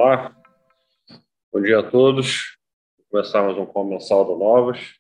Olá, bom dia a todos. Vou começar mais um Comensal do Novas.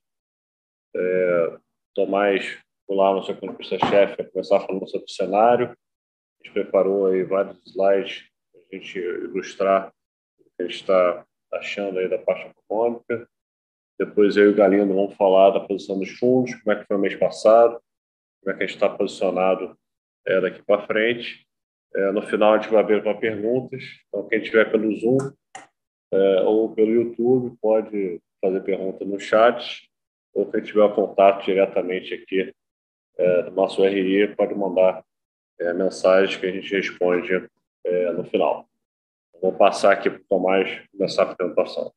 Tomás, lá, nosso economista-chefe, vai começar falando sobre o cenário. A gente preparou aí vários slides para a gente ilustrar o que a gente está achando aí da parte econômica. Depois eu e o Galindo vamos falar da posição dos fundos, como é que foi o mês passado, como é que a gente está posicionado daqui para frente. No final a gente vai abrir para perguntas. Então, quem estiver pelo Zoom ou pelo YouTube pode fazer pergunta no chat, ou quem tiver contato diretamente aqui do nosso RI pode mandar mensagem que a gente responde no final. Vou passar aqui para o Tomás começar a apresentação.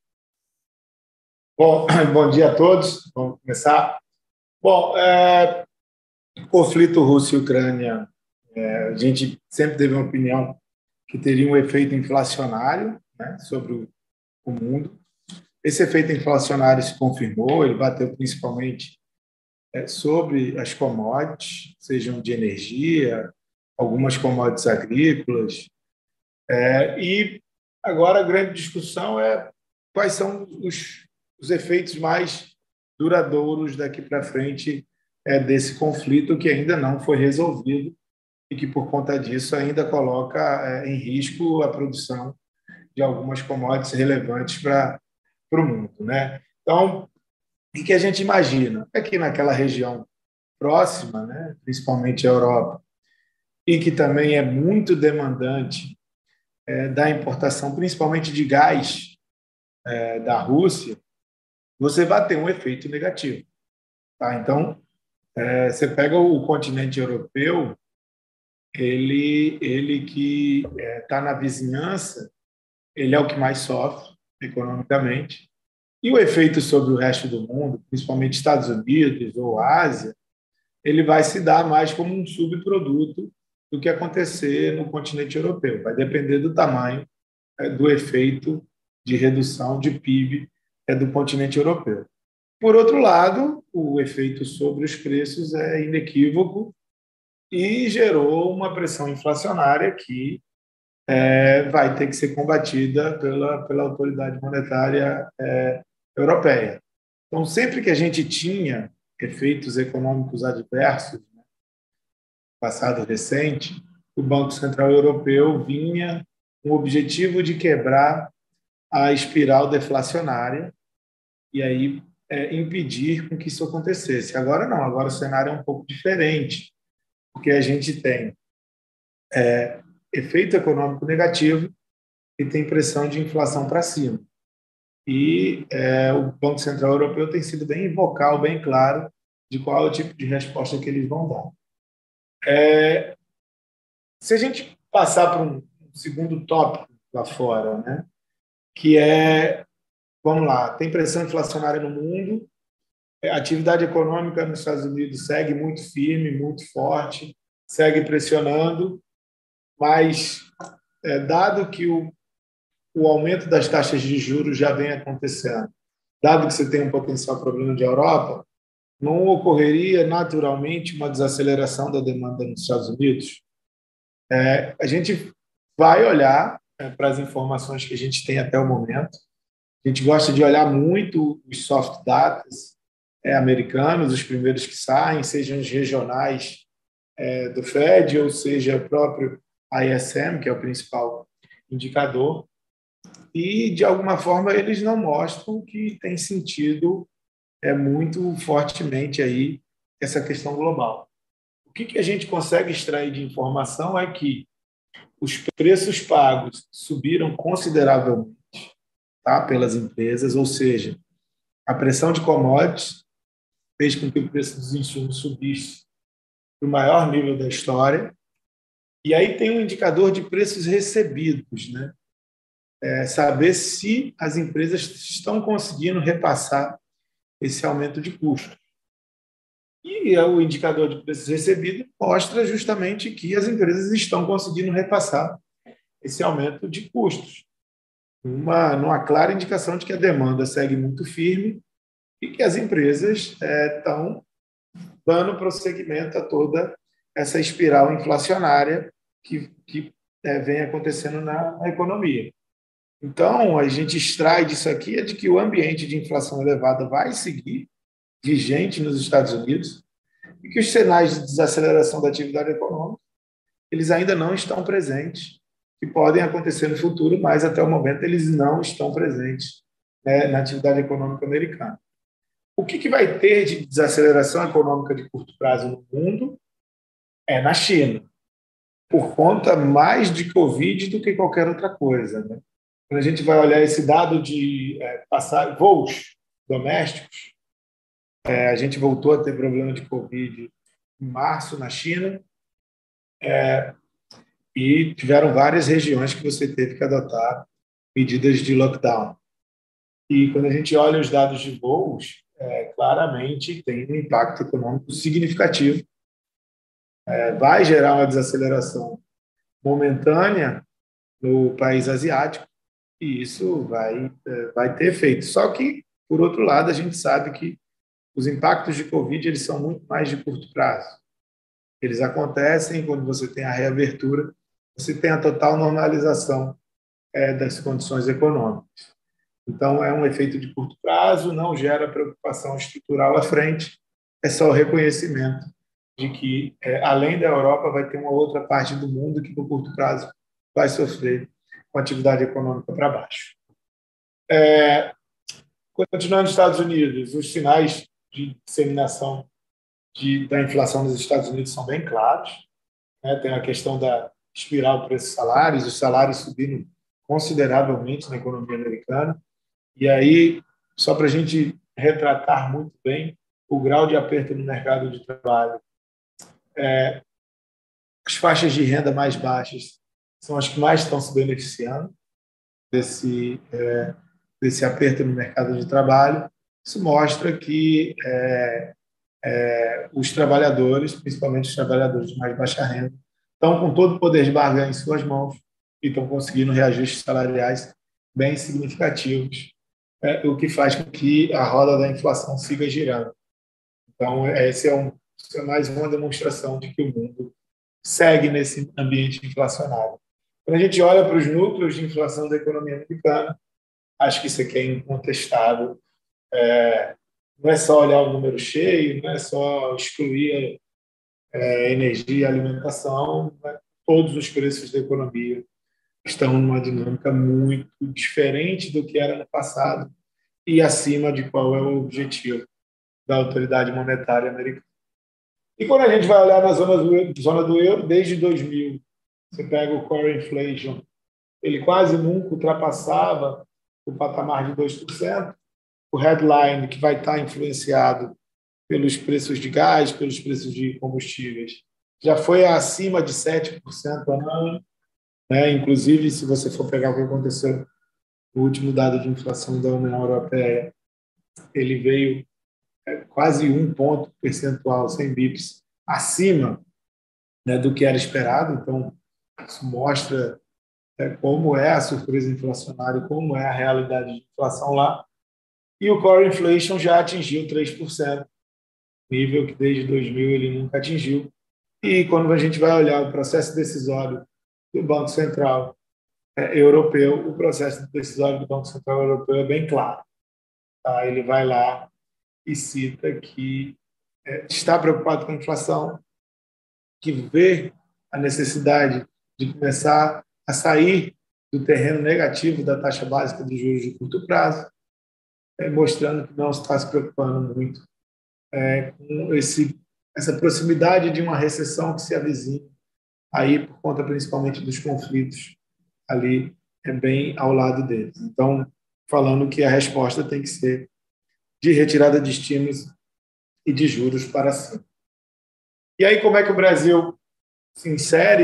Bom dia a todos. Vamos começar. Bom, conflito Rússia e Ucrânia, a gente sempre teve uma opinião que teria um efeito inflacionário, né, sobre o mundo. Esse efeito inflacionário se confirmou, ele bateu principalmente sobre as commodities, sejam de energia, algumas commodities agrícolas. E agora a grande discussão é quais são os efeitos mais duradouros daqui para frente desse conflito que ainda não foi resolvido e que, por conta disso, ainda coloca em risco a produção de algumas commodities relevantes para o mundo, né? Então, o que a gente imagina? É que naquela região próxima, né, principalmente a Europa, e que também é muito demandante da importação, principalmente de gás da Rússia, você vai ter um efeito negativo. Tá? Então, você pega o continente europeu, ele que está na vizinhança, ele é o que mais sofre economicamente, e o efeito sobre o resto do mundo, principalmente Estados Unidos ou Ásia, ele vai se dar mais como um subproduto do que acontecer no continente europeu. Vai depender do tamanho do efeito de redução de PIB do continente europeu. Por outro lado, o efeito sobre os preços é inequívoco e gerou uma pressão inflacionária que vai ter que ser combatida pela autoridade monetária europeia. Então, sempre que a gente tinha efeitos econômicos adversos, né, passado recente, o Banco Central Europeu vinha com o objetivo de quebrar a espiral deflacionária e aí impedir com que isso acontecesse. Agora não, agora o cenário é um pouco diferente, porque a gente tem efeito econômico negativo e tem pressão de inflação para cima. E o Banco Central Europeu tem sido bem vocal, bem claro, de qual é o tipo de resposta que eles vão dar. Se a gente passar para um segundo tópico lá fora, né, que vamos lá, tem pressão inflacionária no mundo, a atividade econômica nos Estados Unidos segue muito firme, muito forte, segue pressionando, mas dado que o aumento das taxas de juros já vem acontecendo, dado que você tem um potencial problema de Europa, não ocorreria naturalmente uma desaceleração da demanda nos Estados Unidos? A gente vai olhar para as informações que a gente tem até o momento. A gente gosta de olhar muito os soft datas americanos, os primeiros que saem, sejam os regionais do Fed, ou seja, o próprio ISM, que é o principal indicador, e, de alguma forma, eles não mostram que tem sentido muito fortemente aí essa questão global. O que a gente consegue extrair de informação é que os preços pagos subiram consideravelmente, tá, pelas empresas, ou seja, a pressão de commodities fez com que o preço dos insumos subisse para o maior nível da história. E aí tem um indicador de preços recebidos, né? Saber se as empresas estão conseguindo repassar esse aumento de custo. E o indicador de preços recebidos mostra justamente que as empresas estão conseguindo repassar esse aumento de custos. Numa clara indicação de que a demanda segue muito firme e que as empresas estão dando prosseguimento a toda essa espiral inflacionária que vem acontecendo na economia. Então, a gente extrai disso aqui é de que o ambiente de inflação elevada vai seguir vigente nos Estados Unidos e que os sinais de desaceleração da atividade econômica eles ainda não estão presentes, que podem acontecer no futuro, mas até o momento eles não estão presentes, né, na atividade econômica americana. O que vai ter de desaceleração econômica de curto prazo no mundo é na China, por conta mais de Covid do que qualquer outra coisa, né? Quando a gente vai olhar esse dado de passar voos domésticos, a gente voltou a ter problema de Covid em março na China, e tiveram várias regiões que você teve que adotar medidas de lockdown. E quando a gente olha os dados de voos, claramente tem um impacto econômico significativo. Vai gerar uma desaceleração momentânea no país asiático e isso vai ter efeito. Só que, por outro lado, a gente sabe que os impactos de Covid eles são muito mais de curto prazo. Eles acontecem quando você tem a reabertura, você tem a total normalização das condições econômicas. Então, é um efeito de curto prazo, não gera preocupação estrutural à frente, é só o reconhecimento de que, além da Europa, vai ter uma outra parte do mundo que, no curto prazo, vai sofrer com a atividade econômica para baixo. Continuando nos Estados Unidos, os sinais de disseminação da inflação nos Estados Unidos são bem claros, né? Tem a questão da espiral preços-salários, os salários subindo consideravelmente na economia americana. E aí, só para a gente retratar muito bem o grau de aperto no mercado de trabalho, as faixas de renda mais baixas são as que mais estão se beneficiando desse aperto no mercado de trabalho. Isso mostra que os trabalhadores, principalmente os trabalhadores de mais baixa renda, estão com todo o poder de barganha em suas mãos e estão conseguindo reajustes salariais bem significativos, o que faz com que a roda da inflação siga girando. Então, isso é mais uma demonstração de que o mundo segue nesse ambiente inflacionário. Quando a gente olha para os núcleos de inflação da economia americana, acho que isso aqui é incontestável. Não é só olhar o número cheio, não é só excluir energia e alimentação, né? Todos os preços da economia estão numa dinâmica muito diferente do que era no passado e acima de qual é o objetivo da autoridade monetária americana. E quando a gente vai olhar na zona do euro, desde 2000, você pega o core inflation, ele quase nunca ultrapassava o patamar de 2%. O headline, que vai estar influenciado pelos preços de gás, pelos preços de combustíveis, já foi acima de 7% ao ano, né? Inclusive, se você for pegar o que aconteceu no último dado de inflação da União Europeia, ele veio quase 1 ponto percentual, 100 bips, acima, né, do que era esperado. Então, isso mostra como é a surpresa inflacionária, como é a realidade de inflação lá. E o core inflation já atingiu 3%, nível que desde 2000 ele nunca atingiu. E quando a gente vai olhar o processo decisório do Banco Central Europeu, o processo decisório do Banco Central Europeu é bem claro. Tá? Ele vai lá e cita que está preocupado com a inflação, que vê a necessidade de começar a sair do terreno negativo da taxa básica de juros de curto prazo, mostrando que não está se preocupando muito com essa proximidade de uma recessão que se avizinha, aí por conta principalmente dos conflitos ali bem ao lado deles. Então, falando que a resposta tem que ser de retirada de estímulos e de juros para cima. E aí, como é que o Brasil se insere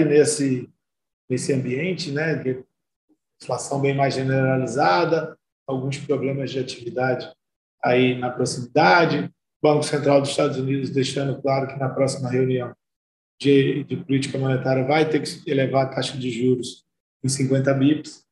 nesse ambiente, né, de inflação bem mais generalizada, alguns problemas de atividade aí na proximidade, Banco Central dos Estados Unidos deixando claro que na próxima reunião de política monetária vai ter que elevar a taxa de juros em 50 bips.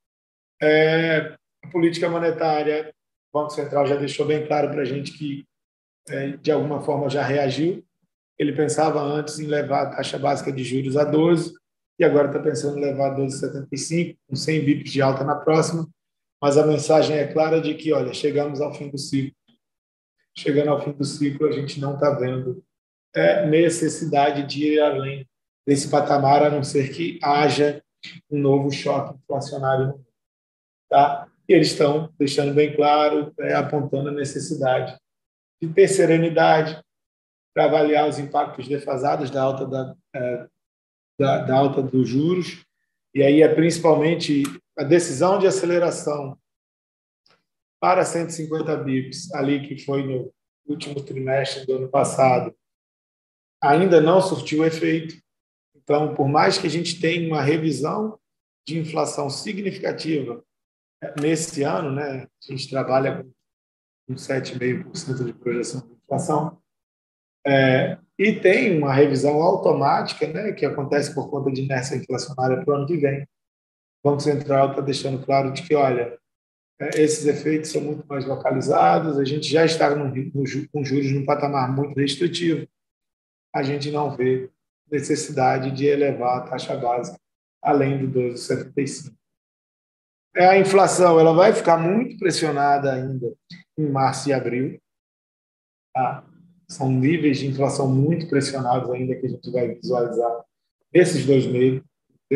A política monetária, o Banco Central já deixou bem claro para a gente que, de alguma forma, já reagiu. Ele pensava antes em levar a taxa básica de juros a 12 e agora está pensando em levar a 12,75, com 100 bips de alta na próxima. mas a mensagem é clara de que, olha, chegamos ao fim do ciclo. Chegando ao fim do ciclo, a gente não está vendo necessidade de ir além desse patamar, a não ser que haja um novo choque inflacionário no mundo. Tá? E eles estão deixando bem claro, apontando a necessidade de ter serenidade para avaliar os impactos defasados da alta da alta dos juros. E aí é principalmente a decisão de aceleração para 150 bips, ali que foi no último trimestre do ano passado, ainda não surtiu efeito. Então, por mais que a gente tenha uma revisão de inflação significativa nesse ano, né, a gente trabalha com 7,5% de projeção de inflação, e tem uma revisão automática, né, que acontece por conta de inércia inflacionária para o ano que vem. O Banco Central está deixando claro de que, olha, esses efeitos são muito mais localizados, a gente já está com juros num patamar muito restritivo, a gente não vê necessidade de elevar a taxa básica além do 12,75. A inflação ela vai ficar muito pressionada ainda em março e abril. Tá? São níveis de inflação muito pressionados ainda que a gente vai visualizar nesses 2 meses.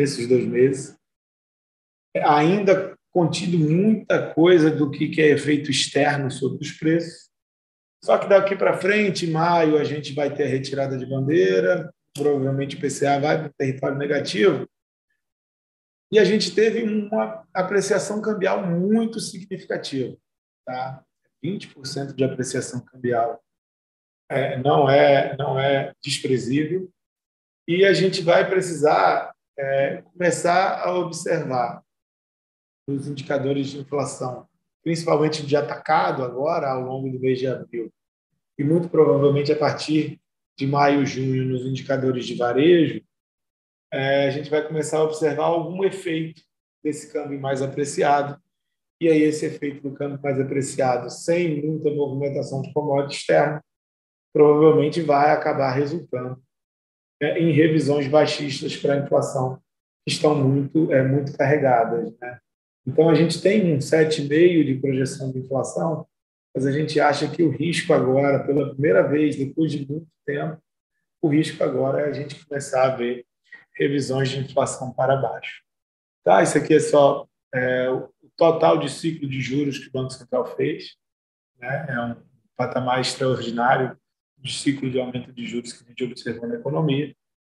Ainda contido muita coisa do que é efeito externo sobre os preços. Só que daqui para frente, em maio, a gente vai ter a retirada de bandeira, provavelmente o PCA vai para o território negativo, e a gente teve uma apreciação cambial muito significativa. Tá? 20% de apreciação cambial não é desprezível, e a gente vai precisar começar a observar os indicadores de inflação, principalmente de atacado agora, ao longo do mês de abril, e muito provavelmente a partir de maio, junho, nos indicadores de varejo, a gente vai começar a observar algum efeito desse câmbio mais apreciado. E aí esse efeito do câmbio mais apreciado, sem muita movimentação de commodity externa, provavelmente vai acabar resultando em revisões baixistas para a inflação, que estão muito carregadas. Né? Então, a gente tem um 7,5% de projeção de inflação, mas a gente acha que o risco agora, pela primeira vez, depois de muito tempo, o risco agora é a gente começar a ver revisões de inflação para baixo. Tá? Isso aqui é só o total de ciclo de juros que o Banco Central fez. Né? É um patamar extraordinário de ciclo de aumento de juros que a gente observou na economia.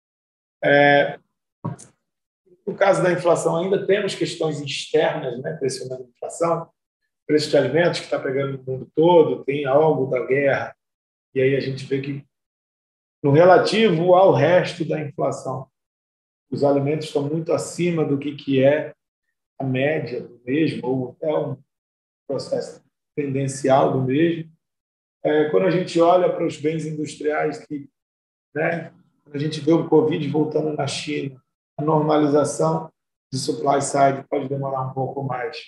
No caso da inflação, ainda temos questões externas, né, pressionando a inflação. Preço de alimentos que está pegando no mundo todo, tem algo da guerra, e aí a gente vê que, no relativo ao resto da inflação, os alimentos estão muito acima do que é a média do mesmo, ou até um processo tendencial do mesmo. Quando a gente olha para os bens industriais, né, quando a gente vê o Covid voltando na China, a normalização de supply side pode demorar um pouco mais.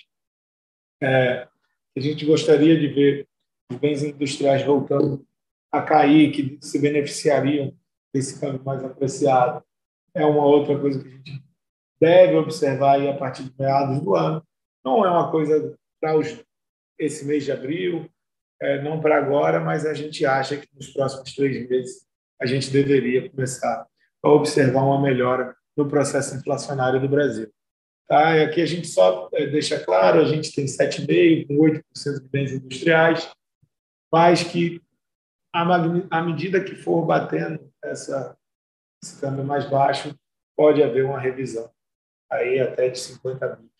A gente gostaria de ver os bens industriais voltando a cair, que se beneficiariam desse câmbio mais apreciado. É uma outra coisa que a gente deve observar aí a partir de meados do ano. Não é uma coisa para esse mês de abril, não para agora, mas a gente acha que nos próximos 3 meses a gente deveria começar a observar uma melhora no processo inflacionário do Brasil. Tá? E aqui a gente só deixa claro, a gente tem 7,5%, com 8% de bens industriais, mas que, à medida que for batendo esse câmbio mais baixo, pode haver uma revisão, aí até de 50 bips,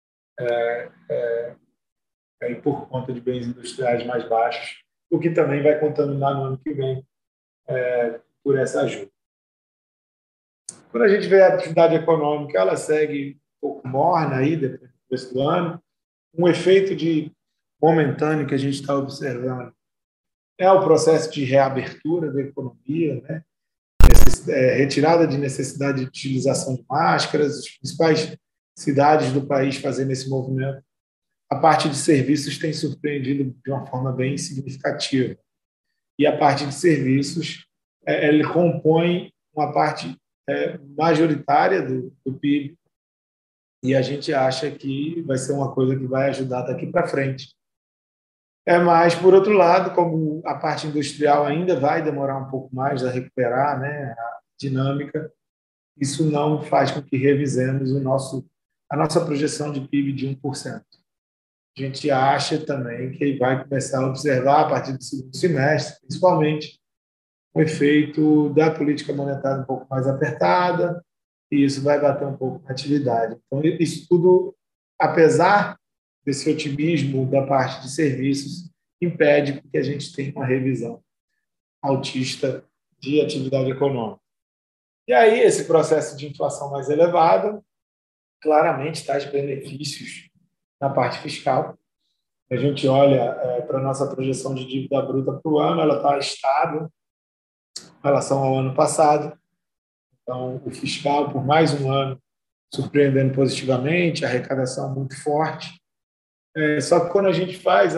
aí por conta de bens industriais mais baixos, o que também vai contaminar no ano que vem por essa ajuda. Quando a gente vê a atividade econômica, ela segue um pouco morna aí, depois do ano. Um efeito momentâneo que a gente está observando é o processo de reabertura da economia, né? Retirada de necessidade de utilização de máscaras, as principais cidades do país fazendo esse movimento. A parte de serviços tem surpreendido de uma forma bem significativa. E a parte de serviços, ele compõe uma parte majoritária do PIB, e a gente acha que vai ser uma coisa que vai ajudar daqui para frente. Mas, por outro lado, como a parte industrial ainda vai demorar um pouco mais a recuperar, né, a dinâmica, isso não faz com que revisemos a nossa projeção de PIB de 1%. A gente acha também que vai começar a observar, a partir do segundo semestre, principalmente, o efeito da política monetária um pouco mais apertada, e isso vai bater um pouco na atividade. Então, isso tudo, apesar desse otimismo da parte de serviços, impede que a gente tenha uma revisão altista de atividade econômica. E aí, esse processo de inflação mais elevada claramente traz benefícios na parte fiscal. A gente olha para a nossa projeção de dívida bruta para o ano, ela está estável em relação ao ano passado. Então, o fiscal, por mais um ano, surpreendendo positivamente, a arrecadação muito forte. Só que quando a gente faz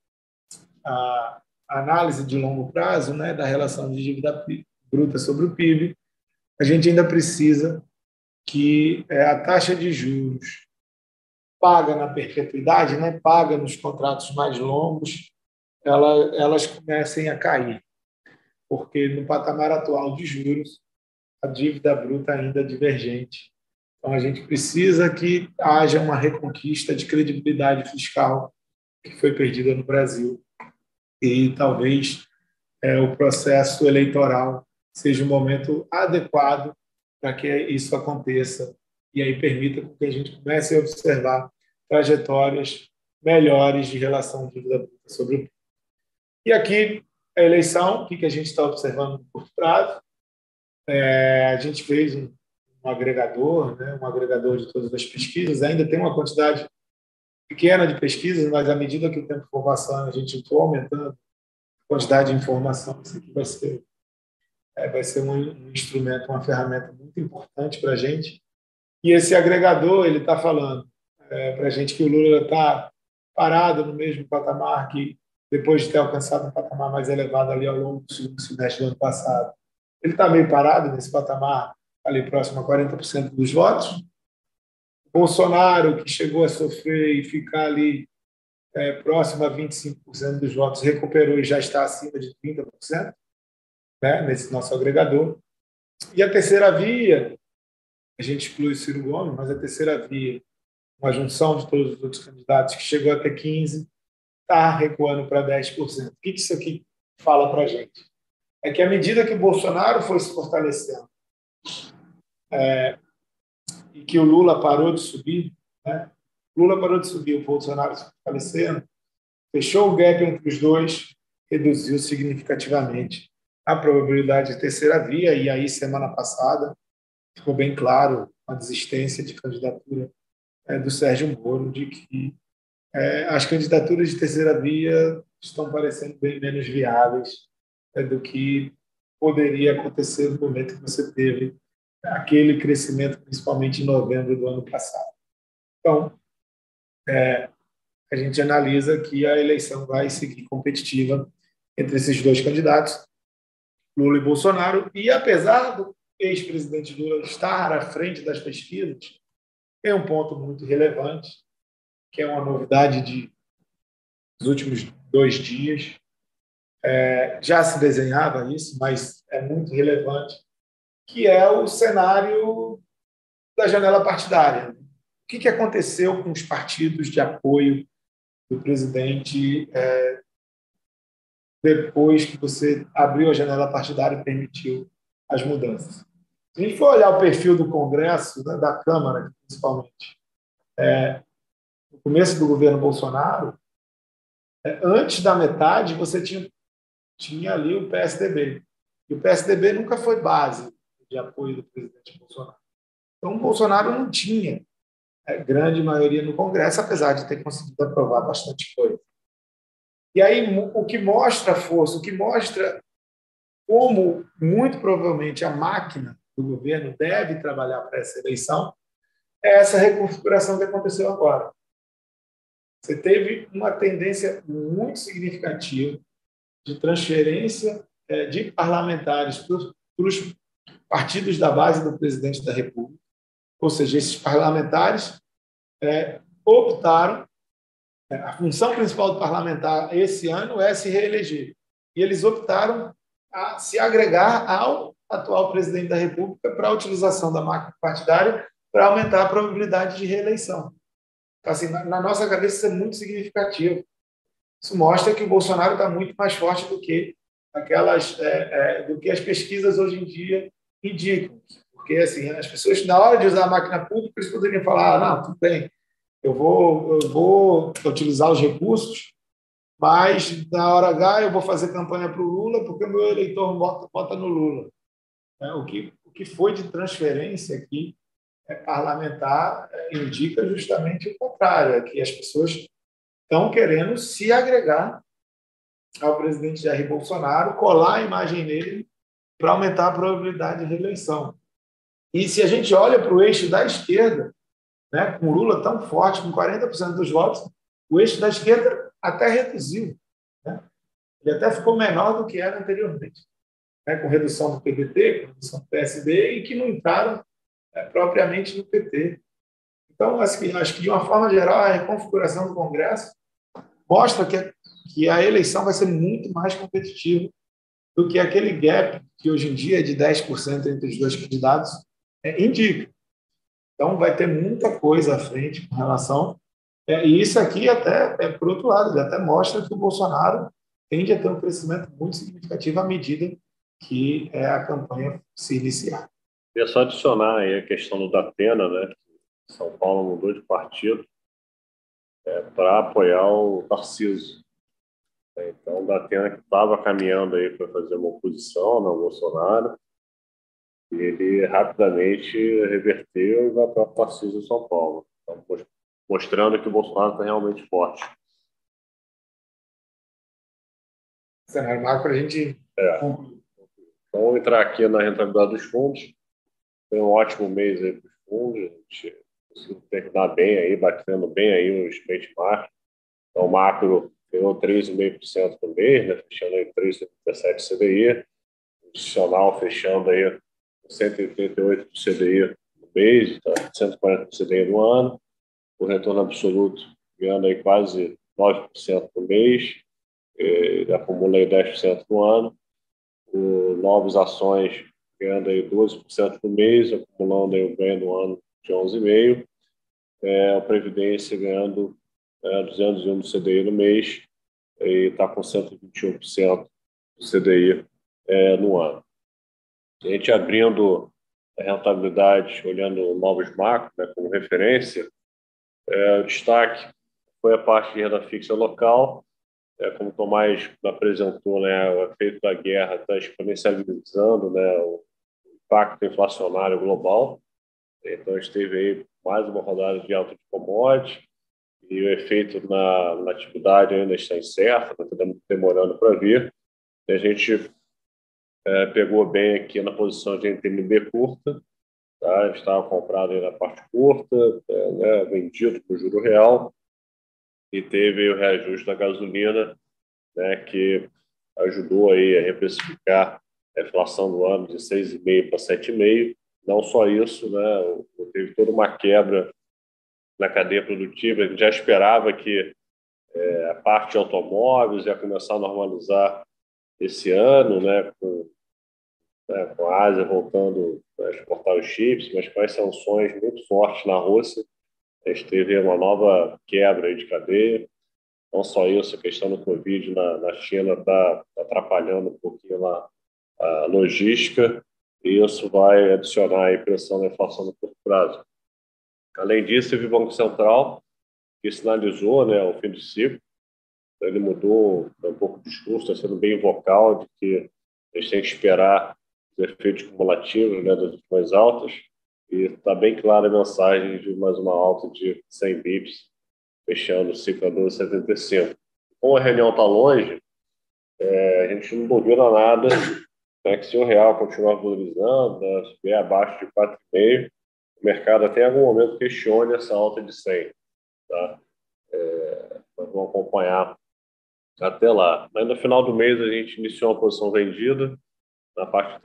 a análise de longo prazo, né, da relação de dívida bruta sobre o PIB, a gente ainda precisa que a taxa de juros paga na perpetuidade, né, paga nos contratos mais longos, elas comecem a cair, porque no patamar atual de juros, a dívida bruta ainda é divergente. Então, a gente precisa que haja uma reconquista de credibilidade fiscal que foi perdida no Brasil. E talvez o processo eleitoral seja o momento adequado para que isso aconteça e aí permita que a gente comece a observar trajetórias melhores de relação dívida bruta sobre o PIB. E aqui, a eleição, o que a gente está observando no curto prazo? A gente fez um agregador, né, um agregador de todas as pesquisas, ainda tem uma quantidade pequena de pesquisas, mas à medida que o tempo for passando, a gente for aumentando a quantidade de informação. Isso aqui vai ser um instrumento, uma ferramenta muito importante para a gente. E esse agregador, ele está falando para a gente que o Lula está parado no mesmo patamar que, depois de ter alcançado um patamar mais elevado ali ao longo do segundo semestre do ano passado, ele está meio parado nesse patamar, ali próximo a 40% dos votos. Bolsonaro, que chegou a sofrer e ficar ali próximo a 25% dos votos, recuperou e já está acima de 30%, né, nesse nosso agregador. E a terceira via, a gente exclui o Ciro Gomes, mas a terceira via, uma junção de todos os outros candidatos, que chegou até 15%, está recuando para 10%. O que isso aqui fala para a gente? É que à medida que o Bolsonaro foi se fortalecendo e que o Lula parou de subir, né? Lula parou de subir, o Bolsonaro se fortalecendo, fechou o gap entre os dois, reduziu significativamente a probabilidade de terceira via, e aí, semana passada, ficou bem claro a desistência de candidatura do Sérgio Moro, de que as candidaturas de terceira via estão parecendo bem menos viáveis do que poderia acontecer no momento que você teve aquele crescimento, principalmente em novembro do ano passado. Então, a gente analisa que a eleição vai seguir competitiva entre esses dois candidatos, Lula e Bolsonaro, e apesar do ex-presidente Lula estar à frente das pesquisas, tem um ponto muito relevante, que é uma novidade dos últimos 2 dias. Já se desenhava isso, mas é muito relevante, que é o cenário da janela partidária. O que aconteceu com os partidos de apoio do presidente depois que você abriu a janela partidária e permitiu as mudanças? Se a gente for olhar o perfil do Congresso, né, da Câmara, principalmente, no começo do governo Bolsonaro, antes da metade, você tinha ali o PSDB. E o PSDB nunca foi base de apoio do presidente Bolsonaro. Então, o Bolsonaro não tinha grande maioria no Congresso, apesar de ter conseguido aprovar bastante coisa. E aí, o que mostra a força, o que mostra como, muito provavelmente, a máquina do governo deve trabalhar para essa eleição, é essa reconfiguração que aconteceu agora. Você teve uma tendência muito significativa de transferência de parlamentares para os partidos da base do presidente da República, ou seja, esses parlamentares optaram, a função principal do parlamentar esse ano é se reeleger. E eles optaram a se agregar ao atual presidente da República para a utilização da máquina partidária para aumentar a probabilidade de reeleição. Então, assim, na nossa cabeça isso é muito significativo. Isso mostra que o Bolsonaro está muito mais forte do que do que as pesquisas hoje em dia indicam. Porque assim, as pessoas, na hora de usar a máquina pública, eles poderiam falar: não, tudo bem, eu vou utilizar os recursos, mas na hora H eu vou fazer campanha para o Lula porque o meu eleitor vota no Lula. O que foi de transferência aqui parlamentar indica justamente o contrário, é que as pessoas estão querendo se agregar ao presidente Jair Bolsonaro, colar a imagem nele para aumentar a probabilidade de reeleição. E se a gente olha para o eixo da esquerda, né, com o Lula tão forte, com 40% dos votos, o eixo da esquerda até reduziu. Né? Ele até ficou menor do que era anteriormente, né, com redução do PDT, com redução do PSD, e que não entraram propriamente no PT. Então, acho que, de uma forma geral, a reconfiguração do Congresso mostra que a eleição vai ser muito mais competitiva do que aquele gap que hoje em dia é de 10% entre os dois candidatos indica. Então, vai ter muita coisa à frente com relação. E isso aqui, até, por outro lado, ele até mostra que o Bolsonaro tende a ter um crescimento muito significativo à medida que a campanha se iniciar. Queria só adicionar aí a questão do Datena, né? São Paulo mudou de partido para apoiar o Tarcísio. Então, o Datena que estava caminhando aí para fazer uma oposição ao Bolsonaro, e ele rapidamente reverteu e vai para o Tarcísio em São Paulo. Então, mostrando que o Bolsonaro está realmente forte. Cenário macro, a gente... Então, vamos entrar aqui na rentabilidade dos fundos. Foi um ótimo mês aí para os fundos. A gente conseguiu terminar bem aí, batendo bem aí os benchmarks. Então, o macro ganhou 3,5% no mês, né? Fechando aí 3,77 CDI. O institucional fechando aí 188 do CDI no mês, tá? 140 do CDI no ano. O retorno absoluto ganhando aí quase 9% no mês. Ele acumula aí 10% no ano. Novas ações ganhando aí 12% no mês, acumulando aí o ganho do ano de 11,5%. A Previdência ganhando 201 do CDI no mês e está com 121% do CDI no ano. A gente abrindo a rentabilidade, olhando novos macros, né, como referência, o destaque foi a parte de renda fixa local. Como o Tomás apresentou, né, o efeito da guerra está exponencializando, né, o impacto inflacionário global. Então, a gente teve aí mais uma rodada de alta de commodities e o efeito na atividade ainda está incerto, está demorando para vir. A gente pegou bem aqui na posição de NTNB curta, tá? A gente estava comprado aí na parte curta, né, vendido com juro real, e teve o reajuste da gasolina, né, que ajudou aí a reprecificar a inflação do ano de 6,5% para 7,5%. Não só isso, né, teve toda uma quebra na cadeia produtiva. A gente já esperava que a parte de automóveis ia começar a normalizar esse ano, né, com a Ásia voltando a exportar os chips, mas com as sanções muito fortes na Rússia, a gente teve uma nova quebra aí de cadeia. Não só isso, a questão do Covid na China está atrapalhando um pouquinho lá a logística, e isso vai adicionar aí pressão na inflação no curto prazo. Além disso, teve o Banco Central, que sinalizou, né, o fim do ciclo. Ele mudou um pouco o discurso, está sendo bem vocal, de que a gente tem que esperar os efeitos cumulativos, né, das últimas altas, e está bem clara a mensagem de mais uma alta de 100 bips, fechando o ciclo a 12,75. Como a reunião está longe, a gente não duvida nada, né, que se o real continuar valorizando, né, se vier abaixo de 4,5, o mercado até em algum momento questione essa alta de 100. Tá? Nós vamos acompanhar até lá. Mas no final do mês a gente iniciou uma posição vendida na parte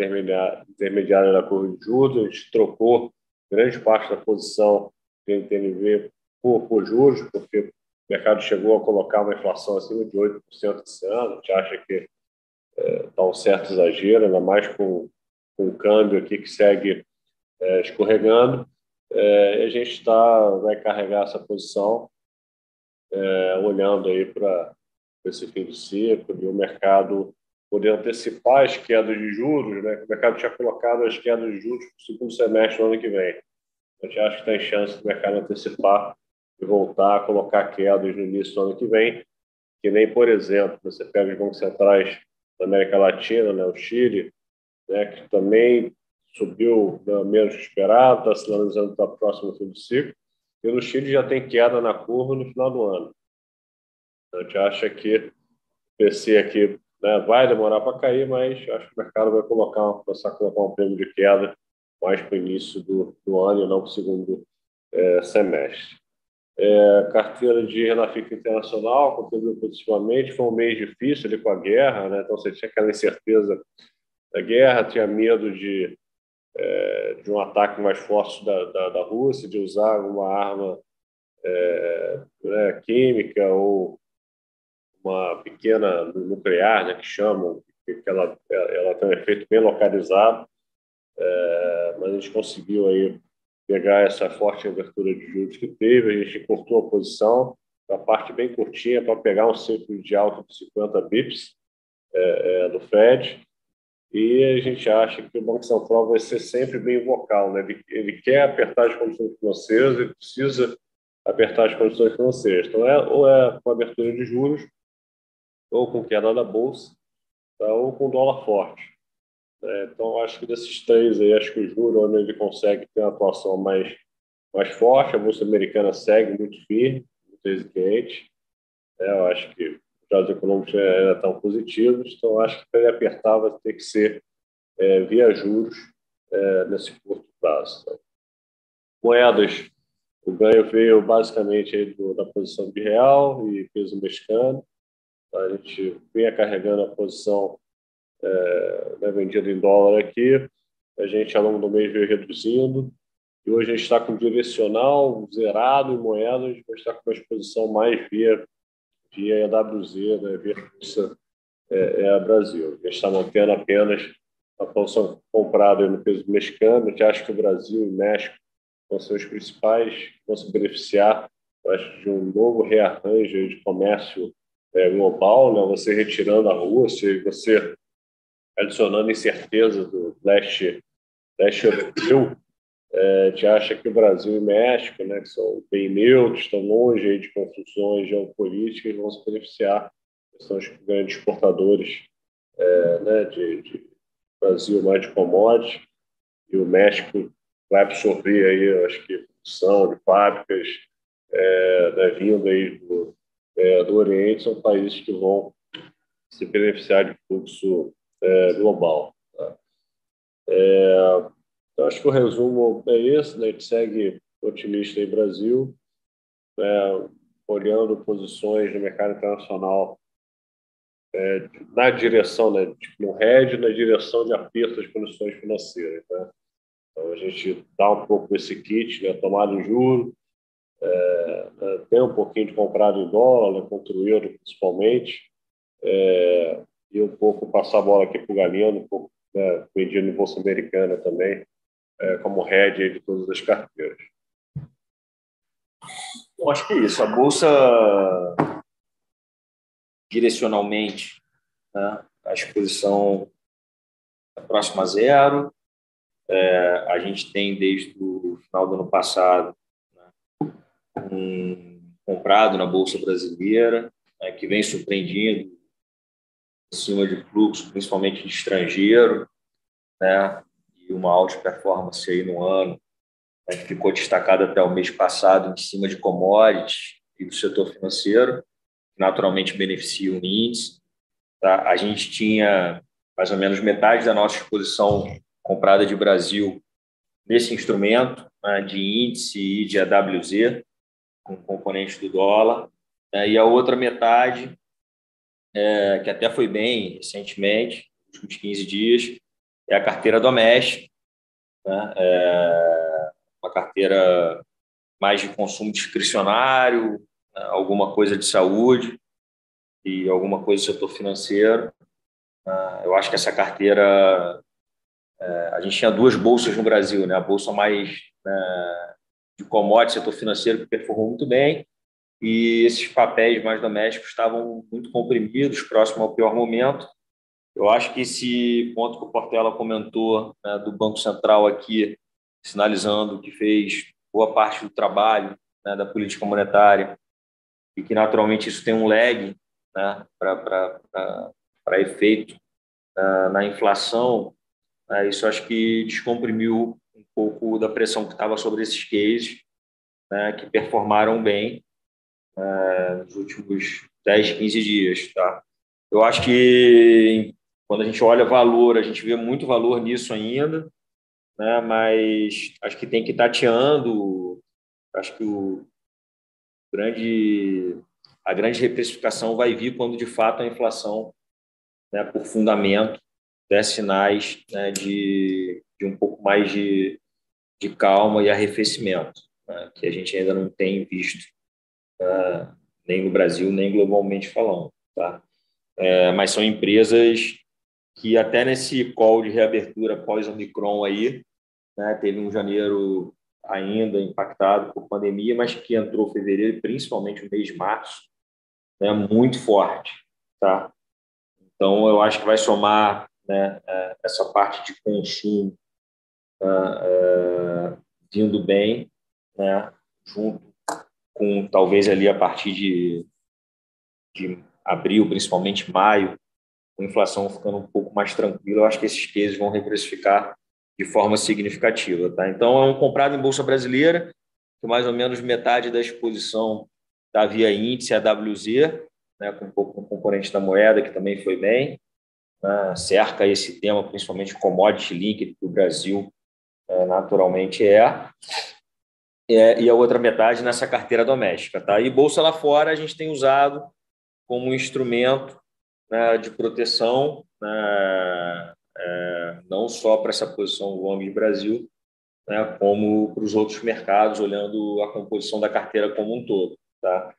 intermediária da curva de juros. A gente trocou grande parte da posição de NTNV por juros, porque o mercado chegou a colocar uma inflação acima de 8% esse ano. A gente acha que está um certo exagero, ainda mais com o câmbio aqui que segue escorregando. A gente vai carregar essa posição, olhando aí para esse fim do ciclo e o mercado poder antecipar as quedas de juros, né? O mercado tinha colocado as quedas de juros para o segundo semestre do ano que vem. A gente acha que tem chance do mercado antecipar e voltar a colocar quedas no início do ano que vem, que nem, por exemplo, você pega os bancos centrais da América Latina, né, o Chile, né, que também subiu, né, menos que esperado, está sinalizando para o próximo fim do ciclo, e no Chile já tem queda na curva no final do ano. Então, a gente acha que o PC aqui, né, vai demorar para cair, mas acho que o mercado vai começar a colocar um prêmio de queda mais para o início do ano e não para o segundo semestre. Carteira de renda fixa internacional contribuiu positivamente. Foi um mês difícil ali com a guerra, né? Então você tinha aquela incerteza da guerra, tinha medo de um ataque mais forte da Rússia, de usar uma arma né, química ou uma pequena nuclear, né, que chamam, que ela tem um efeito bem localizado, mas a gente conseguiu aí pegar essa forte abertura de juros que teve, a gente cortou a posição, a parte bem curtinha, para pegar um ciclo de alta de 50 bips do Fed, e a gente acha que o Banco Central vai ser sempre bem vocal, né? Ele quer apertar as condições financeiras, ele precisa apertar as condições financeiras. Então, ou é com abertura de juros, ou com queda da bolsa, tá? Ou com dólar forte. Então, acho que desses três aí, acho que o juro, onde ele consegue ter uma atuação mais forte, a bolsa americana segue muito firme, muito resiliente. Eu acho que os dados econômicos ainda estão positivos, então acho que para ele apertar vai ter que ser via juros nesse curto prazo. Tá? Moedas, o ganho veio basicamente aí da posição de real e peso mexicano. A gente vinha carregando a posição vendida em dólar aqui, a gente ao longo do mês veio reduzindo, e hoje a gente está com direcional zerado em moedas, a gente está com uma exposição mais via EWZ, né, via Bolsa Brasil. A gente está mantendo apenas a posição comprada no peso mexicano. A gente acha que o Brasil e o México vão ser os principais que vão se beneficiar, acho, de um novo rearranjo de comércio global, né? Você retirando a Rússia e você adicionando incerteza do leste europeu. A gente acha que o Brasil e o México, né, que são bem neutros, estão longe aí de confusões geopolíticas, vão se beneficiar. São os grandes exportadores né, de Brasil mais de commodities, e o México vai absorver aí, eu acho que produção de fábricas né, vindo aí do Oriente, são países que vão se beneficiar de fluxo global. Tá? Então, acho que o resumo é esse, né? A gente segue otimista em Brasil, olhando posições no mercado internacional na direção, né, tipo, no hedge, na direção de aperto das condições financeiras. Né? Então, a gente dá um pouco desse kit, né, tomado em juros, tem um pouquinho de comprado em dólar, né, contra o euro principalmente, e um pouco passar a bola aqui para o Galiano, um pouco vendido em Bolsa Americana também, como hedge de todas as carteiras. Eu acho que é isso. A Bolsa, direcionalmente, né, a exposição é próxima a zero. A gente tem, desde o final do ano passado, né, comprado na Bolsa Brasileira, né, que vem surpreendendo em cima de fluxo, principalmente de estrangeiro, né, e uma alta performance aí no ano, né, que ficou destacada até o mês passado em cima de commodities e do setor financeiro, que naturalmente beneficia o índice. Tá? A gente tinha mais ou menos metade da nossa exposição comprada de Brasil nesse instrumento, né, de índice e de AWZ, com componente do dólar, né, e a outra metade, que até foi bem recentemente, nos últimos 15 dias, é a carteira doméstica, né, uma carteira mais de consumo discricionário, né, alguma coisa de saúde e alguma coisa do setor financeiro. Eu acho que essa carteira... A gente tinha 2 bolsas no Brasil, né? A bolsa mais de commodities, setor financeiro, que performou muito bem, e esses papéis mais domésticos estavam muito comprimidos, próximo ao pior momento. Eu acho que esse ponto que o Portela comentou, né, do Banco Central aqui, sinalizando que fez boa parte do trabalho, né, da política monetária, e que naturalmente isso tem um lag, né, para efeito na inflação, né, isso acho que descomprimiu um pouco da pressão que estava sobre esses cases, né, que performaram bem nos últimos 10, 15 dias. Tá? Eu acho que quando a gente olha valor, a gente vê muito valor nisso ainda, né, mas acho que tem que ir tateando. Acho que a grande reprecificação vai vir quando, de fato, a inflação, né, por fundamento, der sinais, né, de um pouco mais de calma e arrefecimento, né, que a gente ainda não tem visto, nem no Brasil, nem globalmente falando. Tá? Mas são empresas que até nesse call de reabertura pós-Omicron aí, né, teve um janeiro ainda impactado por pandemia, mas que entrou fevereiro, principalmente o mês de março, né, muito forte. Tá? Então, eu acho que vai somar, né, essa parte de consumo vindo bem, né, junto com talvez ali a partir de abril, principalmente maio, com a inflação ficando um pouco mais tranquila, eu acho que esses cases vão reprecificar de forma significativa. Tá? Então, é um comprado em Bolsa Brasileira, que mais ou menos metade da exposição está via índice AWZ, né, com um pouco no componente da moeda, que também foi bem, né, cerca esse tema, principalmente commodity linked, que o Brasil naturalmente e a outra metade nessa carteira doméstica. Tá? E Bolsa lá fora a gente tem usado como um instrumento, né, de proteção, né, não só para essa posição longa de Brasil, né, como para os outros mercados, olhando a composição da carteira como um todo. Tá?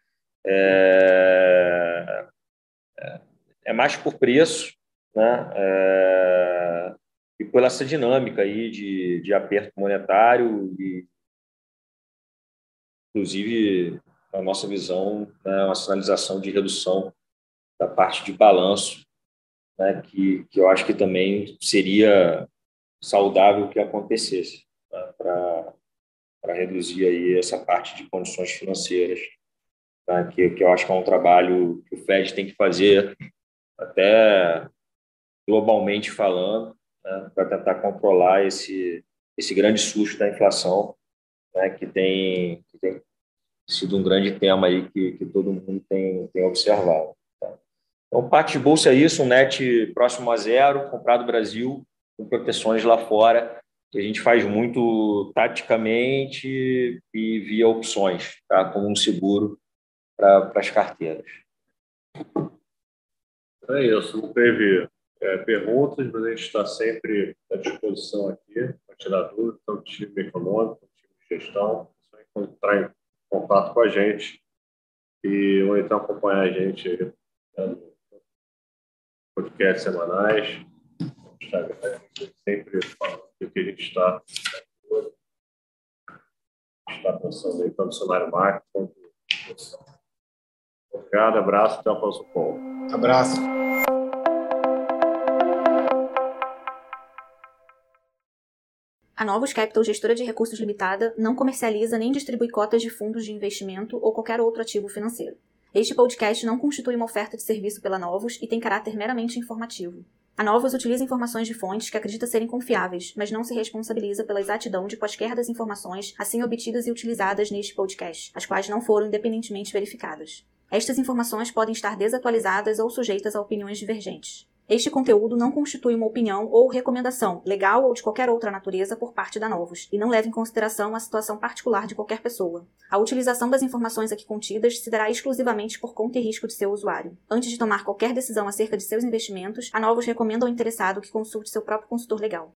É mais por preço, né, e por essa dinâmica aí de aperto monetário e, inclusive, na nossa visão, né, uma sinalização de redução da parte de balanço, né, que eu acho que também seria saudável que acontecesse, né, para reduzir aí essa parte de condições financeiras, né, que eu acho que é um trabalho que o Fed tem que fazer até globalmente falando, né, para tentar controlar esse grande susto da inflação, né, que tem sido um grande tema aí que todo mundo tem observado. Tá? Então, parte de bolsa é isso, um net próximo a zero, comprado no Brasil, com proteções lá fora, que a gente faz muito taticamente e via opções, tá? Como um seguro para as carteiras. É isso, não teve perguntas, mas a gente está sempre à disposição aqui para tirar dúvidas, tanto time econômico, quanto time de gestão, é só entrar em contato com a gente ou então acompanhar a gente no podcast semanais, no Instagram, sempre falando do que a gente está pensando aí, tanto no cenário macro quanto no posição. Obrigado, abraço, até o próximo call. Abraço. A Novos Capital, gestora de recursos limitada, não comercializa nem distribui cotas de fundos de investimento ou qualquer outro ativo financeiro. Este podcast não constitui uma oferta de serviço pela Novos e tem caráter meramente informativo. A Novos utiliza informações de fontes que acredita serem confiáveis, mas não se responsabiliza pela exatidão de quaisquer das informações assim obtidas e utilizadas neste podcast, as quais não foram independentemente verificadas. Estas informações podem estar desatualizadas ou sujeitas a opiniões divergentes. Este conteúdo não constitui uma opinião ou recomendação, legal ou de qualquer outra natureza, por parte da Novos, e não leva em consideração a situação particular de qualquer pessoa. A utilização das informações aqui contidas se dará exclusivamente por conta e risco de seu usuário. Antes de tomar qualquer decisão acerca de seus investimentos, a Novos recomenda ao interessado que consulte seu próprio consultor legal.